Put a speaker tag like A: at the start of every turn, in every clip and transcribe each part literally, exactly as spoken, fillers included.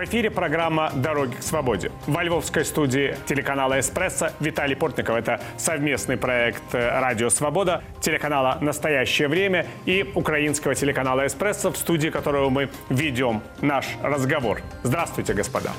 A: эфире программа «Дороги к свободе». Во львовской студии телеканала «Эспрессо» Виталий Портников. Это совместный проект «Радио Свобода», телеканала «Настоящее время» и украинского телеканала «Эспрессо», в студии которого мы ведем наш разговор. Здравствуйте, господа.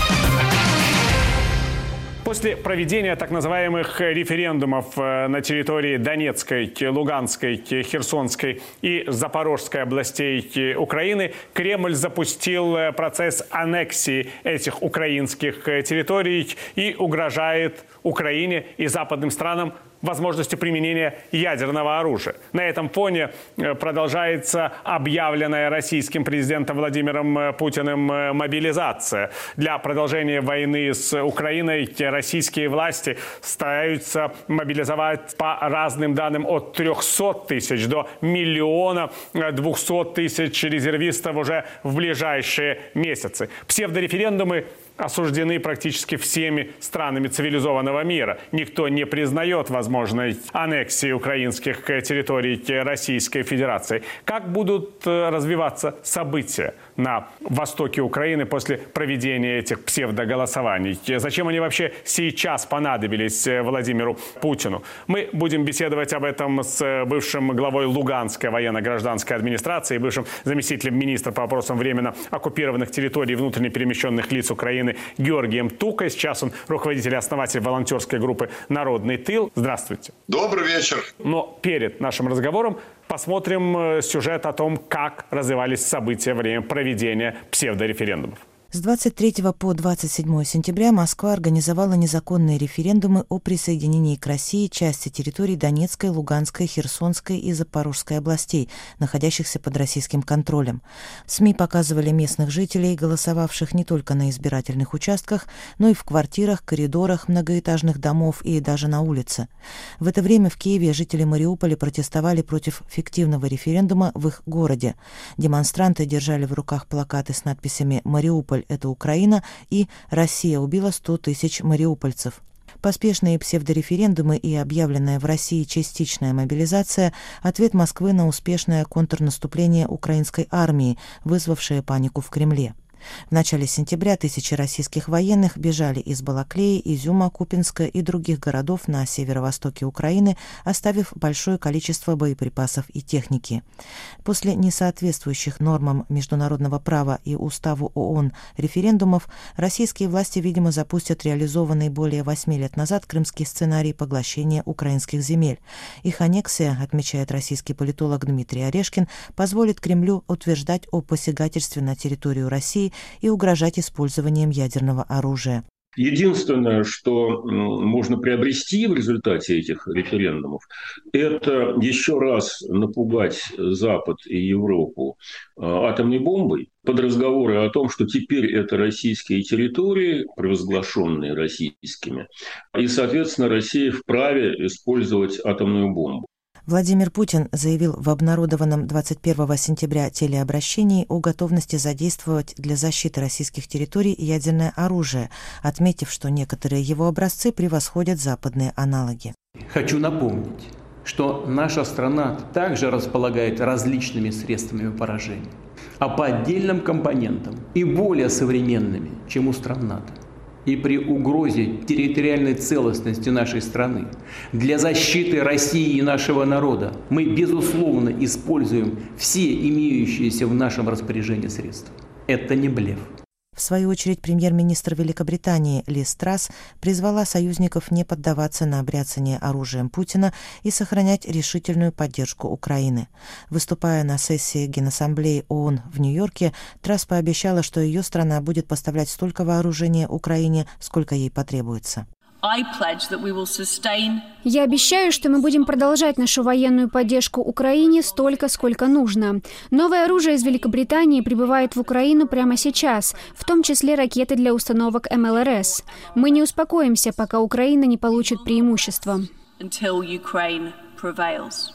A: После проведения так называемых референдумов на территории Донецкой, Луганской, Херсонской и Запорожской областей Украины Кремль запустил процесс аннексии этих украинских территорий и угрожает Украине и западным странам возможностью применения ядерного оружия. На этом фоне продолжается объявленная российским президентом Владимиром Путиным мобилизация. Для продолжения войны с Украиной российские власти стараются мобилизовать по разным данным от трехсот тысяч до миллиона двухсот тысяч резервистов уже в ближайшие месяцы. Псевдореферендумы осуждены практически всеми странами цивилизованного мира. Никто не признает возможной аннексии украинских территорий Российской Федерации. Как будут развиваться события на востоке Украины после проведения этих псевдоголосований? Зачем они вообще сейчас понадобились Владимиру Путину? Мы будем беседовать об этом с бывшим главой Луганской военно-гражданской администрации, бывшим заместителем министра по вопросам временно оккупированных территорий и внутренне перемещенных лиц Украины Георгием Тукой. Сейчас он руководитель и основатель волонтерской группы «Народный тыл». Здравствуйте.
B: Добрый вечер.
A: Но перед нашим разговором посмотрим сюжет о том, как развивались события во время проведения псевдореферендумов.
C: С двадцать третьего по двадцать седьмое сентября Москва организовала незаконные референдумы о присоединении к России части территорий Донецкой, Луганской, Херсонской и Запорожской областей, находящихся под российским контролем. СМИ показывали местных жителей, голосовавших не только на избирательных участках, но и в квартирах, коридорах многоэтажных домов и даже на улице. В это время в Киеве жители Мариуполя протестовали против фиктивного референдума в их городе. Демонстранты держали в руках плакаты с надписями «Мариуполь – это Украина» и «Россия убила сто тысяч мариупольцев». Поспешные псевдореферендумы и объявленная в России частичная мобилизация – ответ Москвы на успешное контрнаступление украинской армии, вызвавшее панику в Кремле. В начале сентября тысячи российских военных бежали из Балаклеи, Изюма, Купинска и других городов на северо-востоке Украины, оставив большое количество боеприпасов и техники. После несоответствующих нормам международного права и уставу ООН референдумов российские власти, видимо, запустят реализованный более восьми лет назад крымский сценарий поглощения украинских земель. Их аннексия, отмечает российский политолог Дмитрий Орешкин, позволит Кремлю утверждать о посягательстве на территорию России и угрожать использованием ядерного оружия.
D: Единственное, что можно приобрести в результате этих референдумов, это еще раз напугать Запад и Европу атомной бомбой под разговоры о том, что теперь это российские территории, провозглашенные российскими, и, соответственно, Россия вправе использовать атомную бомбу.
C: Владимир Путин заявил в обнародованном двадцать первого сентября телеобращении о готовности задействовать для защиты российских территорий ядерное оружие, отметив, что некоторые его образцы превосходят западные аналоги.
E: Хочу напомнить, что наша страна также располагает различными средствами поражения, а по отдельным компонентам и более современными, чем у стран НАТО. И при угрозе территориальной целостности нашей страны для защиты России и нашего народа мы, безусловно, используем все имеющиеся в нашем распоряжении средства. Это не блеф.
C: В свою очередь, премьер-министр Великобритании Лиз Трасс призвала союзников не поддаваться на бряцание оружием Путина и сохранять решительную поддержку Украины. Выступая на сессии Генассамблеи ООН в Нью-Йорке, Трасс пообещала, что ее страна будет поставлять столько вооружения Украине, сколько ей потребуется.
F: Я обещаю, что мы будем продолжать нашу военную поддержку Украине столько, сколько нужно. Новое оружие из Великобритании прибывает в Украину прямо сейчас, в том числе ракеты для установок эм эл эр эс. Мы не успокоимся, пока Украина не получит преимущество.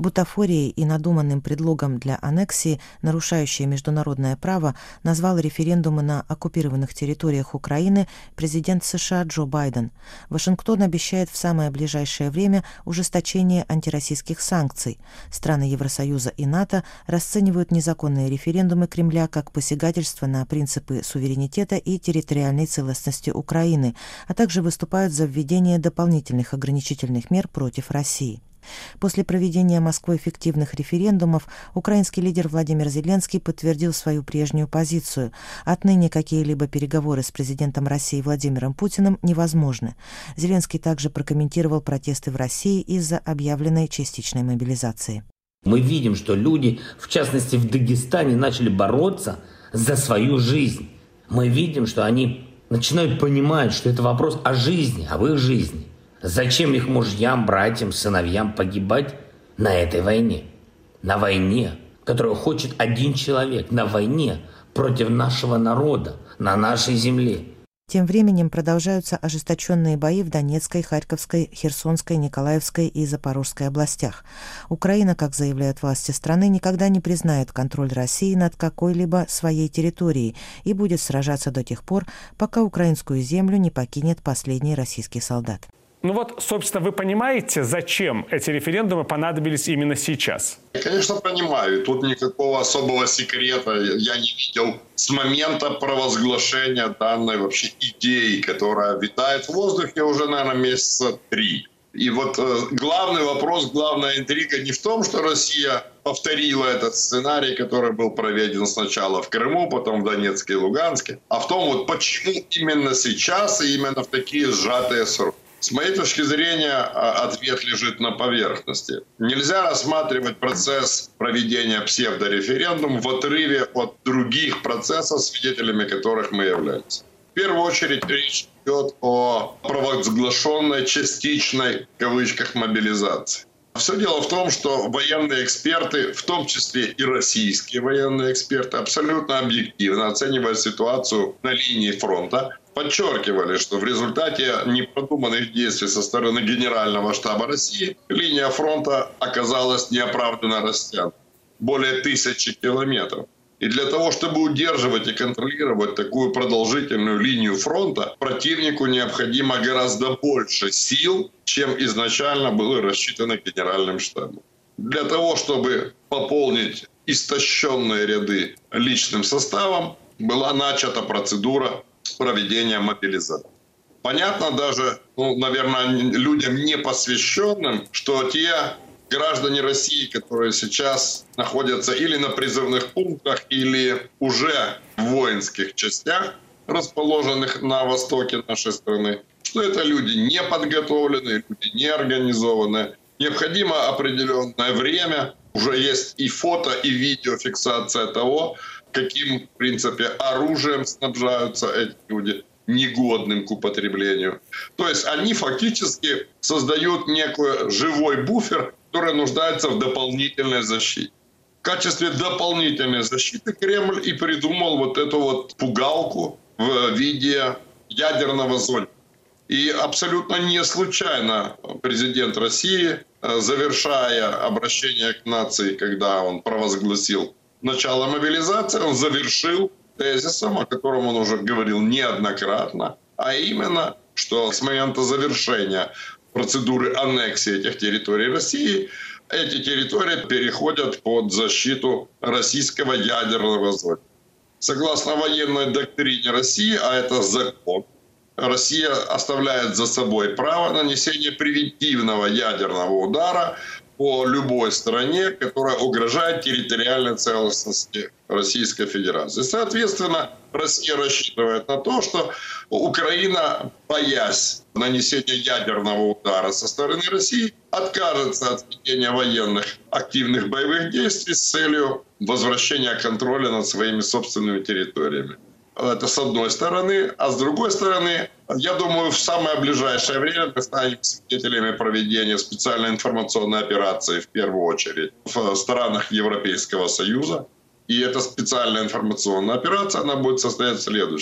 C: Бутафорией и надуманным предлогом для аннексии, нарушающей международное право, назвал референдумы на оккупированных территориях Украины президент США Джо Байден. Вашингтон обещает в самое ближайшее время ужесточение антироссийских санкций. Страны Евросоюза и НАТО расценивают незаконные референдумы Кремля как посягательство на принципы суверенитета и территориальной целостности Украины, а также выступают за введение дополнительных ограничительных мер против России. После проведения Москвой фиктивных референдумов украинский лидер Владимир Зеленский подтвердил свою прежнюю позицию. Отныне какие-либо переговоры с президентом России Владимиром Путиным невозможны. Зеленский также прокомментировал протесты в России из-за объявленной частичной мобилизации.
B: Мы видим, что люди, в частности в Дагестане, начали бороться за свою жизнь. Мы видим, что они начинают понимать, что это вопрос о жизни, об их жизни. Зачем их мужьям, братьям, сыновьям погибать на этой войне? На войне, которую хочет один человек, на войне против нашего народа, на нашей земле.
C: Тем временем продолжаются ожесточенные бои в Донецкой, Харьковской, Херсонской, Николаевской и Запорожской областях. Украина, как заявляют власти страны, никогда не признает контроль России над какой-либо своей территорией и будет сражаться до тех пор, пока украинскую землю не покинет последний российский солдат.
A: Ну вот, собственно, вы понимаете, зачем эти референдумы понадобились именно сейчас?
G: Конечно, понимаю. Тут никакого особого секрета я не видел с момента провозглашения данной вообще идеи, которая витает в воздухе уже, наверное, месяца три. И вот главный вопрос, главная интрига не в том, что Россия повторила этот сценарий, который был проведен сначала в Крыму, потом в Донецке и Луганске, а в том, вот почему именно сейчас и именно в такие сжатые сроки. С моей точки зрения, ответ лежит на поверхности. Нельзя рассматривать процесс проведения псевдореферендума в отрыве от других процессов, свидетелями которых мы являемся. В первую очередь речь идет о провозглашенной частичной, в кавычках, мобилизации. Все дело в том, что военные эксперты, в том числе и российские военные эксперты, абсолютно объективно оценивая ситуацию на линии фронта, подчеркивали, что в результате непродуманных действий со стороны Генерального штаба России линия фронта оказалась неоправданно растянута. Более тысячи километров. И для того, чтобы удерживать и контролировать такую продолжительную линию фронта, противнику необходимо гораздо больше сил, чем изначально было рассчитано Генеральным штабом. Для того, чтобы пополнить истощенные ряды личным составом, была начата процедура проведения мобилизации. Понятно даже, ну, наверное, людям непосвященным, что те граждане России, которые сейчас находятся или на призывных пунктах, или уже в воинских частях, расположенных на востоке нашей страны, что это люди неподготовленные, люди неорганизованные. Необходимо определенное время, уже есть и фото, и видеофиксация того, каким, в принципе, оружием снабжаются эти люди, негодным к употреблению. То есть они фактически создают некий живой буфер, который нуждается в дополнительной защите. В качестве дополнительной защиты Кремль и придумал вот эту вот пугалку в виде ядерного зонтика. И абсолютно не случайно президент России, завершая обращение к нации, когда он провозгласил начало мобилизации, он завершил тезисом, о котором он уже говорил неоднократно, а именно, что с момента завершения процедуры аннексии этих территорий России, эти территории переходят под защиту российского ядерного зонтика. Согласно военной доктрине России, а это закон, Россия оставляет за собой право нанесения превентивного ядерного удара по любой стране, которая угрожает территориальной целостности Российской Федерации. Соответственно, Россия рассчитывает на то, что Украина, боясь нанесения ядерного удара со стороны России, откажется от ведения военных активных боевых действий с целью возвращения контроля над своими собственными территориями. Это с одной стороны. А с другой стороны, я думаю, в самое ближайшее время мы станем свидетелями проведения специальной информационной операции, в первую очередь, в странах Европейского Союза. И эта специальная информационная операция, она будет состоять в следующем.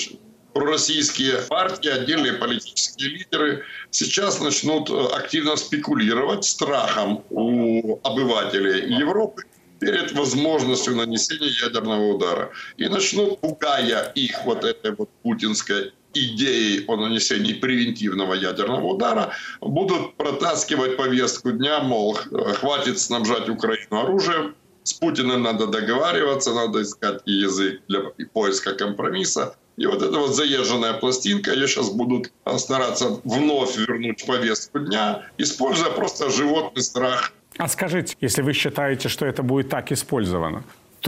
G: пророссийские партии, отдельные политические лидеры сейчас начнут активно спекулировать страхом у обывателей Европы перед возможностью нанесения ядерного удара. И начнут, пугая их вот этой вот путинской идеей о нанесении превентивного ядерного удара, будут протаскивать повестку дня, мол, хватит снабжать Украину оружием, с Путиным надо договариваться, надо искать язык для поиска компромисса. И вот эта вот заезженная пластинка, ее сейчас будут стараться вновь вернуть в повестку дня, используя просто животный страх.
A: А скажите, если вы считаете, что это будет так использовано,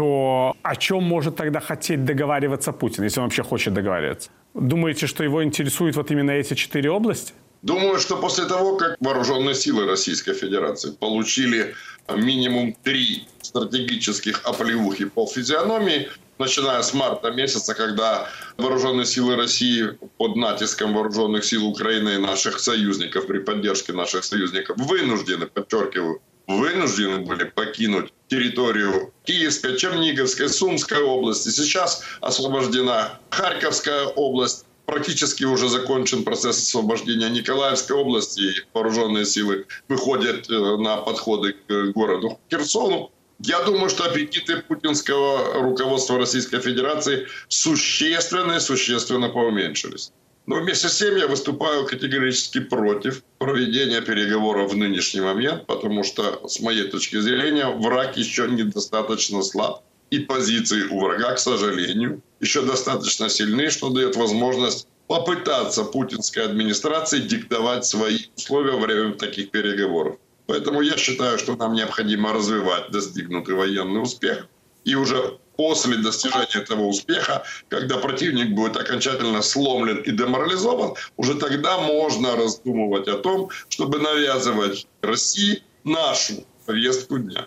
A: то о чем может тогда хотеть договариваться Путин, если он вообще хочет договариваться? Думаете, что его интересуют вот именно эти четыре области?
G: Думаю, что после того, как вооруженные силы Российской Федерации получили минимум три стратегических оплеухи по физиономии, начиная с марта месяца, когда вооруженные силы России под натиском вооруженных сил Украины и наших союзников, при поддержке наших союзников, вынуждены, подчеркиваю, вынуждены были покинуть территорию Киевской, Черниговской, Сумской области. Сейчас освобождена Харьковская область. Практически уже закончен процесс освобождения Николаевской области. И вооруженные силы выходят на подходы к городу Херсону. Я думаю, что аппетиты путинского руководства Российской Федерации существенно, существенно поуменьшились. Но вместе с тем я выступаю категорически против проведения переговоров в нынешний момент, потому что, с моей точки зрения, враг еще недостаточно слаб. И позиции у врага, к сожалению, еще достаточно сильны, что дает возможность попытаться путинской администрации диктовать свои условия во время таких переговоров. Поэтому я считаю, что нам необходимо развивать достигнутый военный успех. И уже после достижения этого успеха, когда противник будет окончательно сломлен и деморализован, уже тогда можно раздумывать о том, чтобы навязывать России нашу повестку дня.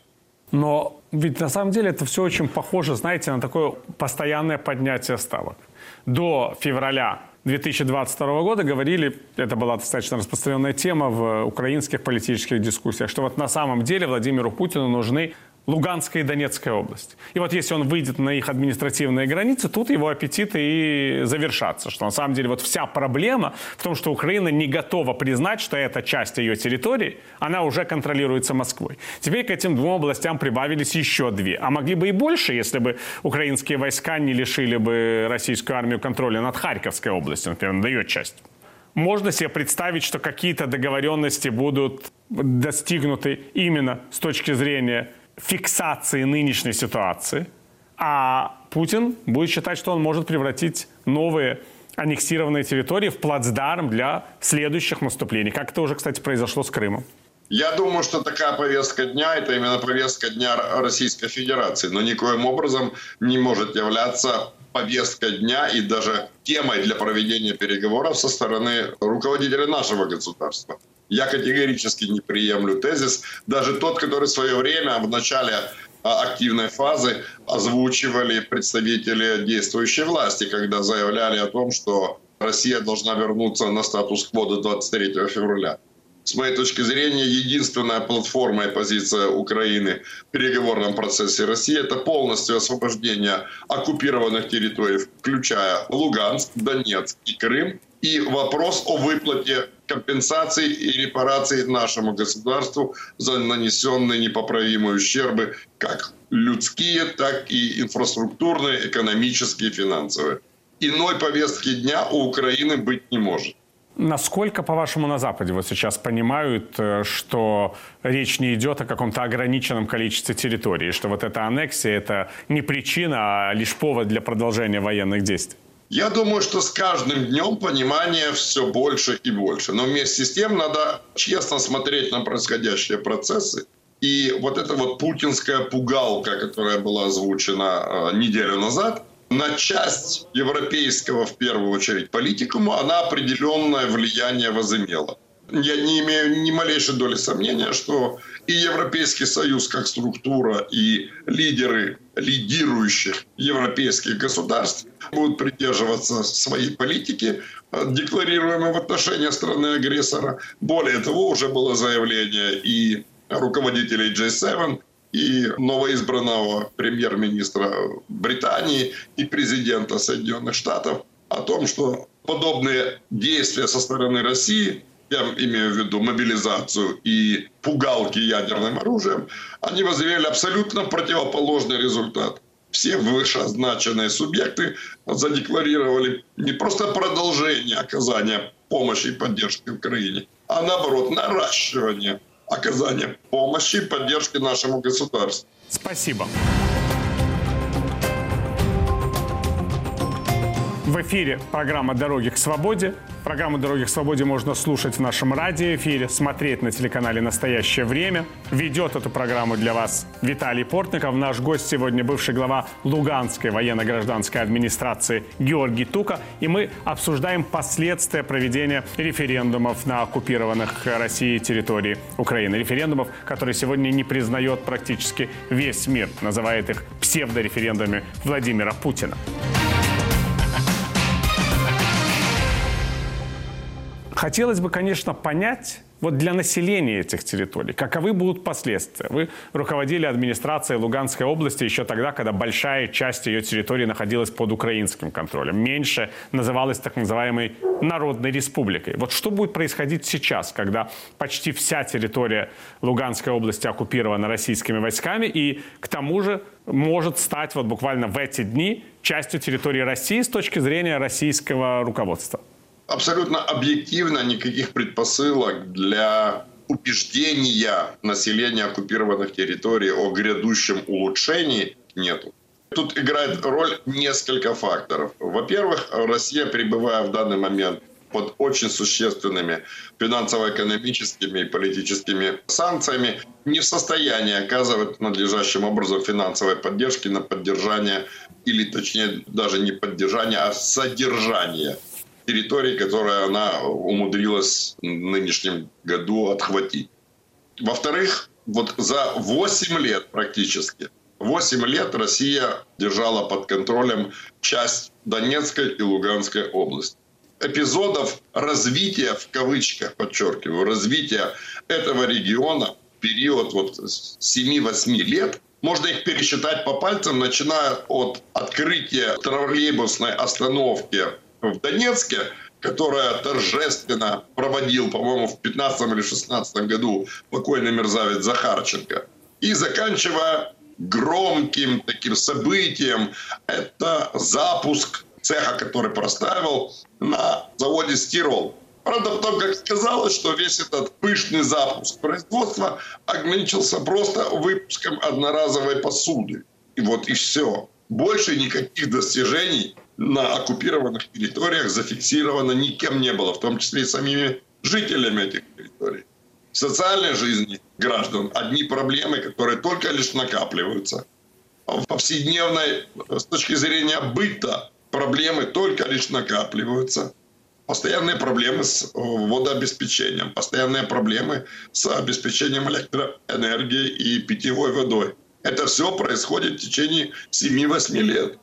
A: Но ведь на самом деле это все очень похоже, знаете, на такое постоянное поднятие ставок. До февраля две тысячи двадцать второго года говорили, это была достаточно распространенная тема в украинских политических дискуссиях, что вот на самом деле Владимиру Путину нужны Луганская и Донецкая область. И вот если он выйдет на их административные границы, тут его аппетиты и завершатся. Что на самом деле вот вся проблема в том, что Украина не готова признать, что эта часть ее территории, она уже контролируется Москвой. Теперь к этим двум областям прибавились еще две. А могли бы и больше, если бы украинские войска не лишили бы российскую армию контроля над Харьковской областью, например, над ее частью. Можно себе представить, что какие-то договоренности будут достигнуты именно с точки зрения фиксации нынешней ситуации, а Путин будет считать, что он может превратить новые аннексированные территории в плацдарм для следующих наступлений, как это уже, кстати, произошло с Крымом.
G: Я думаю, что такая повестка дня – это именно повестка дня Российской Федерации, но никоим образом не может являться повесткой дня и даже темой для проведения переговоров со стороны руководителя нашего государства. Я категорически не приемлю тезис, даже тот, который в свое время в начале активной фазы озвучивали представители действующей власти, когда заявляли о том, что Россия должна вернуться на статус-кво до двадцать третьего февраля. С моей точки зрения, единственная платформа и позиция Украины в переговорном процессе России – это полностью освобождение оккупированных территорий, включая Луганск, Донецк и Крым, и вопрос о выплате компенсаций и репараций нашему государству за нанесенные непоправимые ущербы, как людские, так и инфраструктурные, экономические, финансовые. Иной повестки дня у Украины быть не может.
A: Насколько, по-вашему, на Западе вот сейчас понимают, что речь не идет о каком-то ограниченном количестве территорий, что вот эта аннексия – это не причина, а лишь повод для продолжения военных действий?
G: Я думаю, что с каждым днем понимания все больше и больше. Но вместе с тем надо честно смотреть на происходящие процессы. И вот эта вот путинская пугалка, которая была озвучена неделю назад, на часть европейского, в первую очередь, политикума, она определенное влияние возымела. Я не имею ни малейшей доли сомнения, что и Европейский Союз как структура, и лидеры лидирующих европейских государств будут придерживаться своей политики, декларируемой в отношении страны-агрессора. Более того, уже было заявление и руководителей джей семь, и новоизбранного премьер-министра Британии, и президента Соединенных Штатов о том, что подобные действия со стороны России, я имею в виду мобилизацию и пугалки ядерным оружием, они возымели абсолютно противоположный результат. Все вышеозначенные субъекты задекларировали не просто продолжение оказания помощи и поддержки Украине, а наоборот наращивание оказания помощи и поддержки нашему государству.
A: Спасибо. В эфире программа «Дороги к свободе». Программу «Дороги к свободе» можно слушать в нашем радиоэфире, смотреть на телеканале «Настоящее время». Ведет эту программу для вас Виталий Портников. Наш гость сегодня бывший глава Луганской военно-гражданской администрации Георгий Тука. И мы обсуждаем последствия проведения референдумов на оккупированных Россией территории Украины. Референдумов, которые сегодня не признает практически весь мир. Называет их псевдореферендумами Владимира Путина. Хотелось бы, конечно, понять, вот для населения этих территорий, каковы будут последствия. Вы руководили администрацией Луганской области еще тогда, когда большая часть ее территории находилась под украинским контролем. Меньше называлась так называемой Народной Республикой. Вот что будет происходить сейчас, когда почти вся территория Луганской области оккупирована российскими войсками и, к тому же, может стать вот буквально в эти дни частью территории России с точки зрения российского руководства?
G: Абсолютно объективно никаких предпосылок для убеждения населения оккупированных территорий о грядущем улучшении нету. Тут играет роль несколько факторов. Во-первых, Россия, пребывая в данный момент под очень существенными финансово-экономическими и политическими санкциями, не в состоянии оказывать надлежащим образом финансовой поддержки на поддержание, или точнее даже не поддержание, а содержание территории, которые она умудрилась в нынешнем году отхватить. Во-вторых, вот за восемь лет практически, восемь лет Россия держала под контролем часть Донецкой и Луганской области. Эпизодов развития, в кавычках подчеркиваю, развития этого региона в период вот семи-восьми лет, можно их пересчитать по пальцам, начиная от открытия троллейбусной остановки в Донецке, которая торжественно проводил, по-моему, в пятнадцатом или шестнадцатом году покойный мерзавец Захарченко, и заканчивая громким таким событием, это запуск цеха, который простаивал на заводе «Стирол». Правда, потом, как сказалось, что весь этот пышный запуск производства ограничился просто выпуском одноразовой посуды. И вот и все. Больше никаких достижений на оккупированных территориях зафиксировано никем не было, в том числе и самими жителями этих территорий. В социальной жизни граждан одни проблемы, которые только лишь накапливаются. В повседневной, с точки зрения быта, проблемы только лишь накапливаются. Постоянные проблемы с водообеспечением, постоянные проблемы с обеспечением электроэнергией и питьевой водой. Это все происходит в течение семи-восьми лет.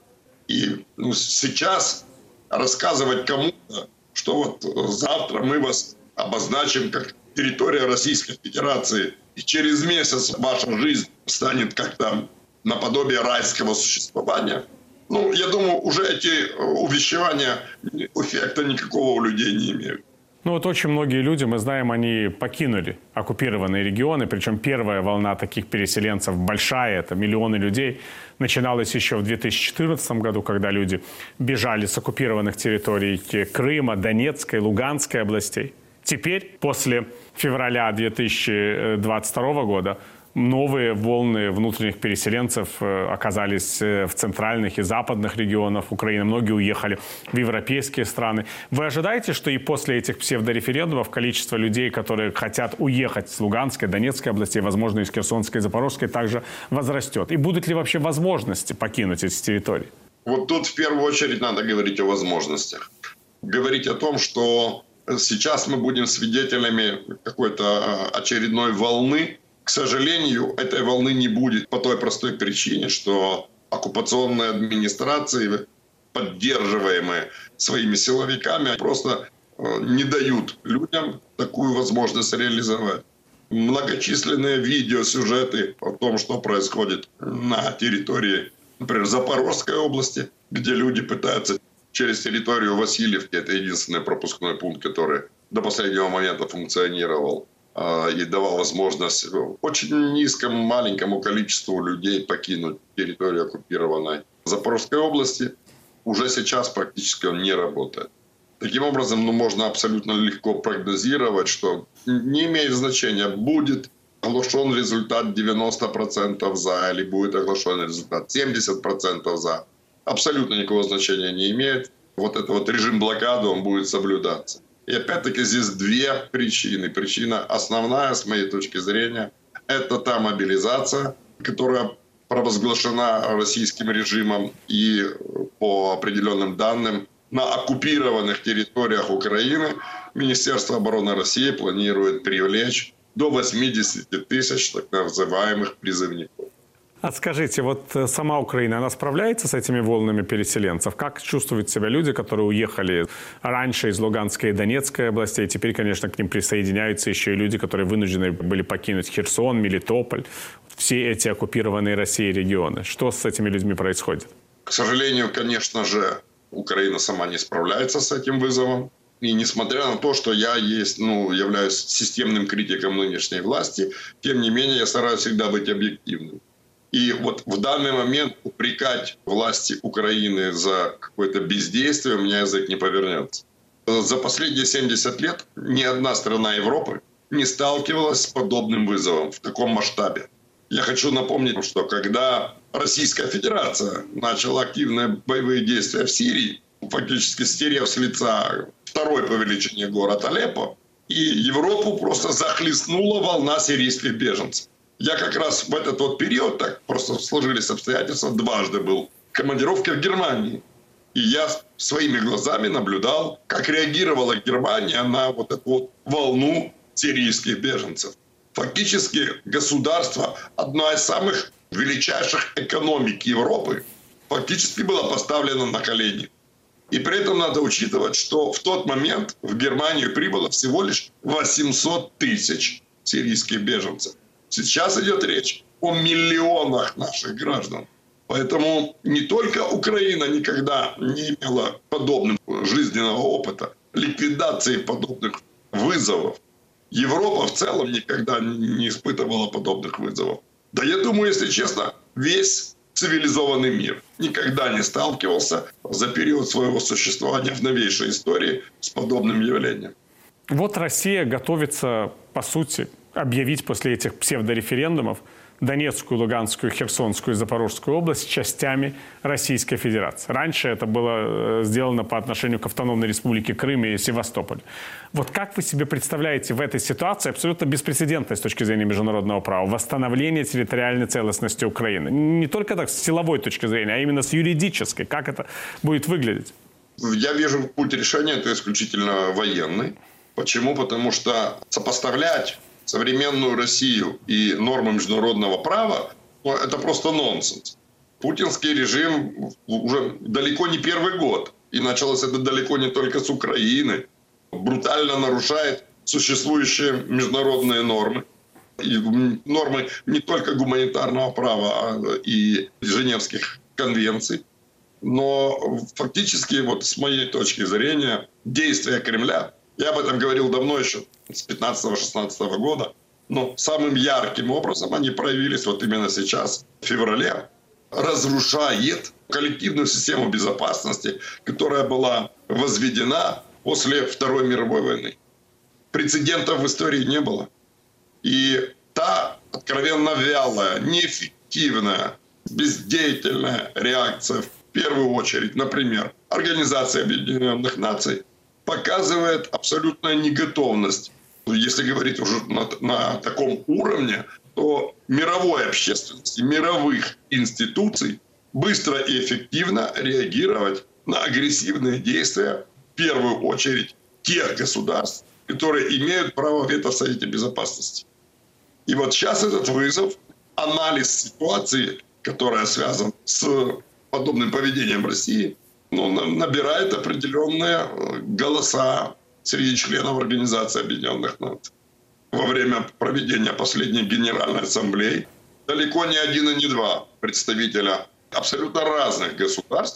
G: И ну, сейчас рассказывать кому-то, что вот завтра мы вас обозначим как территория Российской Федерации, и через месяц ваша жизнь станет как-то наподобие райского существования, ну, я думаю, уже эти увещевания эффекта никакого у людей не имеют.
A: Ну вот очень многие люди, мы знаем, они покинули оккупированные регионы, причем первая волна таких переселенцев большая, это миллионы людей, начиналась еще в две тысячи четырнадцатом году, когда люди бежали с оккупированных территорий Крыма, Донецкой, Луганской областей. Теперь, после февраля две тысячи двадцать второго года, новые волны внутренних переселенцев оказались в центральных и западных регионах Украины. Многие уехали в европейские страны. Вы ожидаете, что и после этих псевдореферендумов количество людей, которые хотят уехать с Луганской, Донецкой областей, возможно, из Херсонской, Запорожской, также возрастет? И будут ли вообще возможности покинуть эти территории?
G: Вот тут в первую очередь надо говорить о возможностях. Говорить о том, что сейчас мы будем свидетелями какой-то очередной волны. К сожалению, этой волны не будет по той простой причине, что оккупационные администрации, поддерживаемые своими силовиками, просто не дают людям такую возможность реализовать. Многочисленные видеосюжеты о том, что происходит на территории, например, Запорожской области, где люди пытаются через территорию Васильевки. Это единственный пропускной пункт, который до последнего момента функционировал и давал возможность очень низкому, маленькому количеству людей покинуть территорию оккупированной Запорожской области. Уже сейчас практически он не работает. Таким образом, ну, можно абсолютно легко прогнозировать, что не имеет значения, будет оглашен результат девяносто процентов за или будет оглашен результат семьдесят процентов за. Абсолютно никакого значения не имеет. Вот этот вот режим блокады, он будет соблюдаться. И опять-таки здесь две причины. Причина основная, с моей точки зрения, это та мобилизация, которая провозглашена российским режимом и по определенным данным на оккупированных территориях Украины Министерство обороны России планирует привлечь до восьмидесяти тысяч так называемых призывников.
A: А скажите, вот сама Украина, она справляется с этими волнами переселенцев? Как чувствуют себя люди, которые уехали раньше из Луганской и Донецкой областей? Теперь, конечно, к ним присоединяются еще и люди, которые вынуждены были покинуть Херсон, Мелитополь, все эти оккупированные Россией регионы. Что с этими людьми происходит?
G: К сожалению, конечно же, Украина сама не справляется с этим вызовом. И несмотря на то, что я есть, ну, являюсь системным критиком нынешней власти, тем не менее я стараюсь всегда быть объективным. И вот в данный момент упрекать власти Украины за какое-то бездействие у меня язык не повернется. За последние семьдесят лет ни одна страна Европы не сталкивалась с подобным вызовом в таком масштабе. Я хочу напомнить, что когда Российская Федерация начала активные боевые действия в Сирии, фактически стерев с лица второй по величине город Алеппо, и Европу просто захлестнула волна сирийских беженцев. Я как раз в этот вот период, так просто сложились обстоятельства, дважды был в командировке в Германии. И я своими глазами наблюдал, как реагировала Германия на вот эту вот волну сирийских беженцев. Фактически государство, одна из самых величайших экономик Европы, фактически было поставлено на колени. И при этом надо учитывать, что в тот момент в Германию прибыло всего лишь восемьсот тысяч сирийских беженцев. Сейчас идет речь о миллионах наших граждан. Поэтому не только Украина никогда не имела подобного жизненного опыта, ликвидации подобных вызовов. Европа в целом никогда не испытывала подобных вызовов. Да я думаю, если честно, весь цивилизованный мир никогда не сталкивался за период своего существования в новейшей истории с подобным явлением.
A: Вот Россия готовится, по сути, объявить после этих псевдореферендумов Донецкую, Луганскую, Херсонскую и Запорожскую область частями Российской Федерации. Раньше это было сделано по отношению к автономной республике Крым и Севастополь. Вот как вы себе представляете в этой ситуации, абсолютно беспрецедентной с точки зрения международного права, восстановление территориальной целостности Украины? Не только так с силовой точки зрения, а именно с юридической. Как это будет выглядеть?
G: Я вижу путь решения, это исключительно военный. Почему? Потому что сопоставлять современную Россию и нормы международного права, ну, это просто нонсенс. Путинский режим уже далеко не первый год, и началось это далеко не только с Украины, брутально нарушает существующие международные нормы. И нормы не только гуманитарного права, а и Женевских конвенций. Но фактически, вот с моей точки зрения, действия Кремля, я об этом говорил давно еще, с пятнадцатого-шестнадцатого года, но самым ярким образом они проявились вот именно сейчас, в феврале, разрушает коллективную систему безопасности, которая была возведена после Второй мировой войны. Прецедентов в истории не было. И та откровенно вялая, неэффективная, бездеятельная реакция, в первую очередь, например, Организации Объединенных Наций, показывает абсолютную неготовность. Если говорить уже на, на таком уровне, то мировой общественности, мировых институций быстро и эффективно реагировать на агрессивные действия, в первую очередь, тех государств, которые имеют право вето в Совете Безопасности. И вот сейчас этот вызов, анализ ситуации, которая связана с подобным поведением России, ну, набирает определенные голоса среди членов Организации Объединенных Наций. Во время проведения последней Генеральной Ассамблеи далеко не один и не два представителя абсолютно разных государств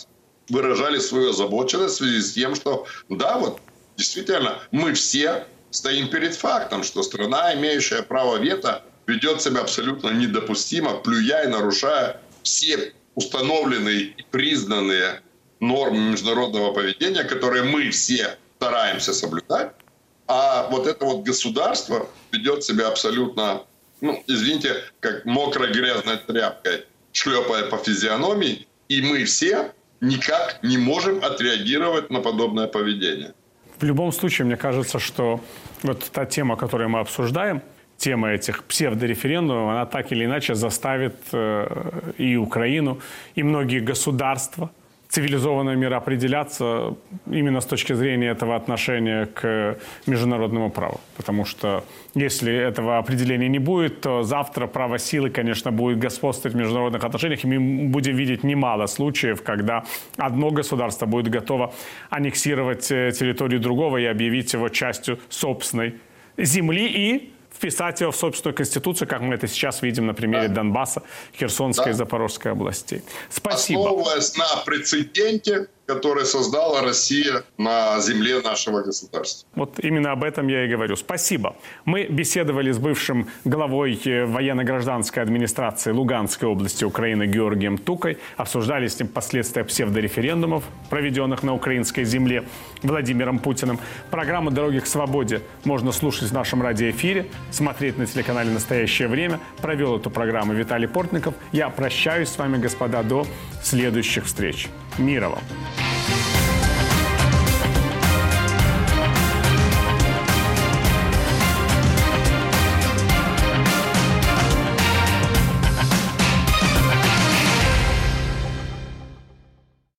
G: выражали свою озабоченность в связи с тем, что, да, вот действительно, мы все стоим перед фактом, что страна, имеющая право вето, ведет себя абсолютно недопустимо, плюя и нарушая все установленные и признанные нормы международного поведения, которые мы все стараемся соблюдать. А вот это вот государство ведет себя абсолютно, ну, извините, как мокрой грязной тряпкой, шлепая по физиономии, и мы все никак не можем отреагировать на подобное поведение.
A: В любом случае, мне кажется, что вот та тема, которую мы обсуждаем, тема этих псевдореферендумов, она так или иначе заставит э, и Украину, и многие государства цивилизованного мира определяться именно с точки зрения этого отношения к международному праву. Потому что если этого определения не будет, то завтра право силы, конечно, будет господствовать в международных отношениях. И мы будем видеть немало случаев, когда одно государство будет готово аннексировать территорию другого и объявить его частью собственной земли и вписать его в собственную конституцию, как мы это сейчас видим на примере да. Донбасса, Херсонской да. и Запорожской областей. Спасибо.
G: Основываясь на прецеденте, который создала Россия на земле нашего государства.
A: Вот именно об этом я и говорю. Спасибо. Мы беседовали с бывшим главой военно-гражданской администрации Луганской области Украины Георгием Тукой. Обсуждали с ним последствия псевдореферендумов, проведенных на украинской земле Владимиром Путиным. Программу «Дороги к свободе» можно слушать в нашем радиоэфире, смотреть на телеканале «Настоящее время». Провел эту программу Виталий Портников. Я прощаюсь с вами, господа, до следующих встреч. Мира вам!